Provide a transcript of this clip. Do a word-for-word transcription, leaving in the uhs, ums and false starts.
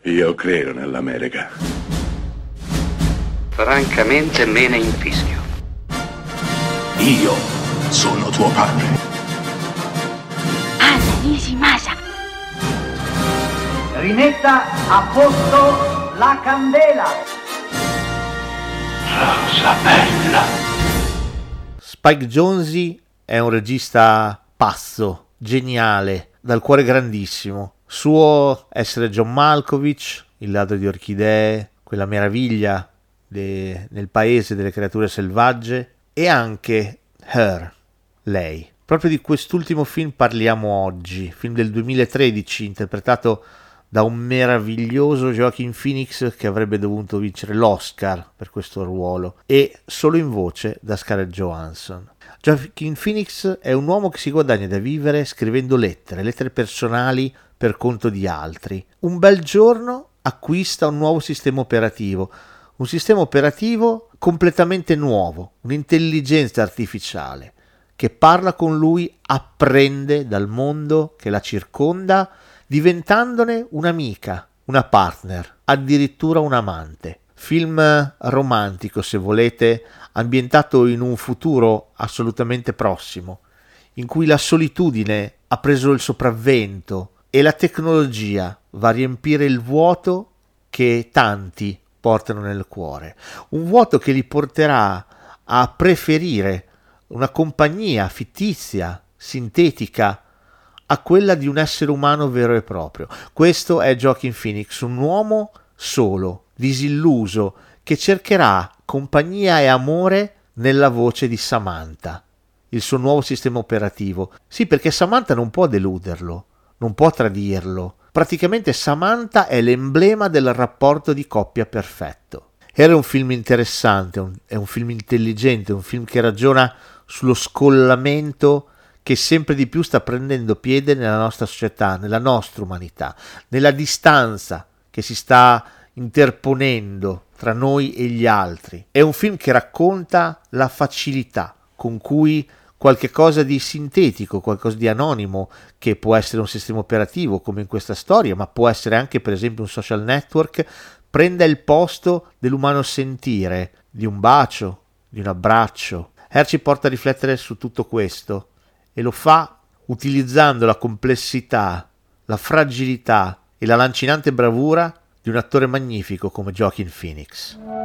Io credo nell'America. Francamente me ne infischio. Io sono tuo padre. Anna Nishimasa. Rimetta a posto la candela. Rosa bella. Spike Jonze è un regista pazzo, geniale, dal cuore grandissimo. Suo essere John Malkovich, Il ladro di orchidee, quella meraviglia de, nel paese delle creature selvagge, e anche Her, lei. Proprio di quest'ultimo film parliamo oggi, film del duemilatredici, interpretato da un meraviglioso Joaquin Phoenix che avrebbe dovuto vincere l'Oscar per questo ruolo, e solo in voce da Scarlett Johansson. Joaquin Phoenix è un uomo che si guadagna da vivere scrivendo lettere, lettere personali per conto di altri. Un bel giorno acquista un nuovo sistema operativo, un sistema operativo completamente nuovo, un'intelligenza artificiale che parla con lui, apprende dal mondo che la circonda, diventandone un'amica, una partner, addirittura un amante. Film romantico, se volete, ambientato in un futuro assolutamente prossimo, in cui la solitudine ha preso il sopravvento e la tecnologia va a riempire il vuoto che tanti portano nel cuore. Un vuoto che li porterà a preferire una compagnia fittizia, sintetica, a quella di un essere umano vero e proprio. Questo è Joaquin Phoenix, un uomo solo, disilluso, che cercherà compagnia e amore nella voce di Samantha, il suo nuovo sistema operativo. Sì, perché Samantha non può deluderlo, non può tradirlo. Praticamente Samantha è l'emblema del rapporto di coppia perfetto. Era un film interessante, un, è un film intelligente, un film che ragiona sullo scollamento che sempre di più sta prendendo piede nella nostra società, nella nostra umanità, nella distanza che si sta interponendo tra noi e gli altri. È un film che racconta la facilità con cui qualche cosa di sintetico, qualcosa di anonimo, che può essere un sistema operativo come in questa storia, ma può essere anche per esempio un social network, prenda il posto dell'umano sentire, di un bacio, di un abbraccio. Her ci porta a riflettere su tutto questo e lo fa utilizzando la complessità, la fragilità e la lancinante bravura di un attore magnifico come Joaquin Phoenix.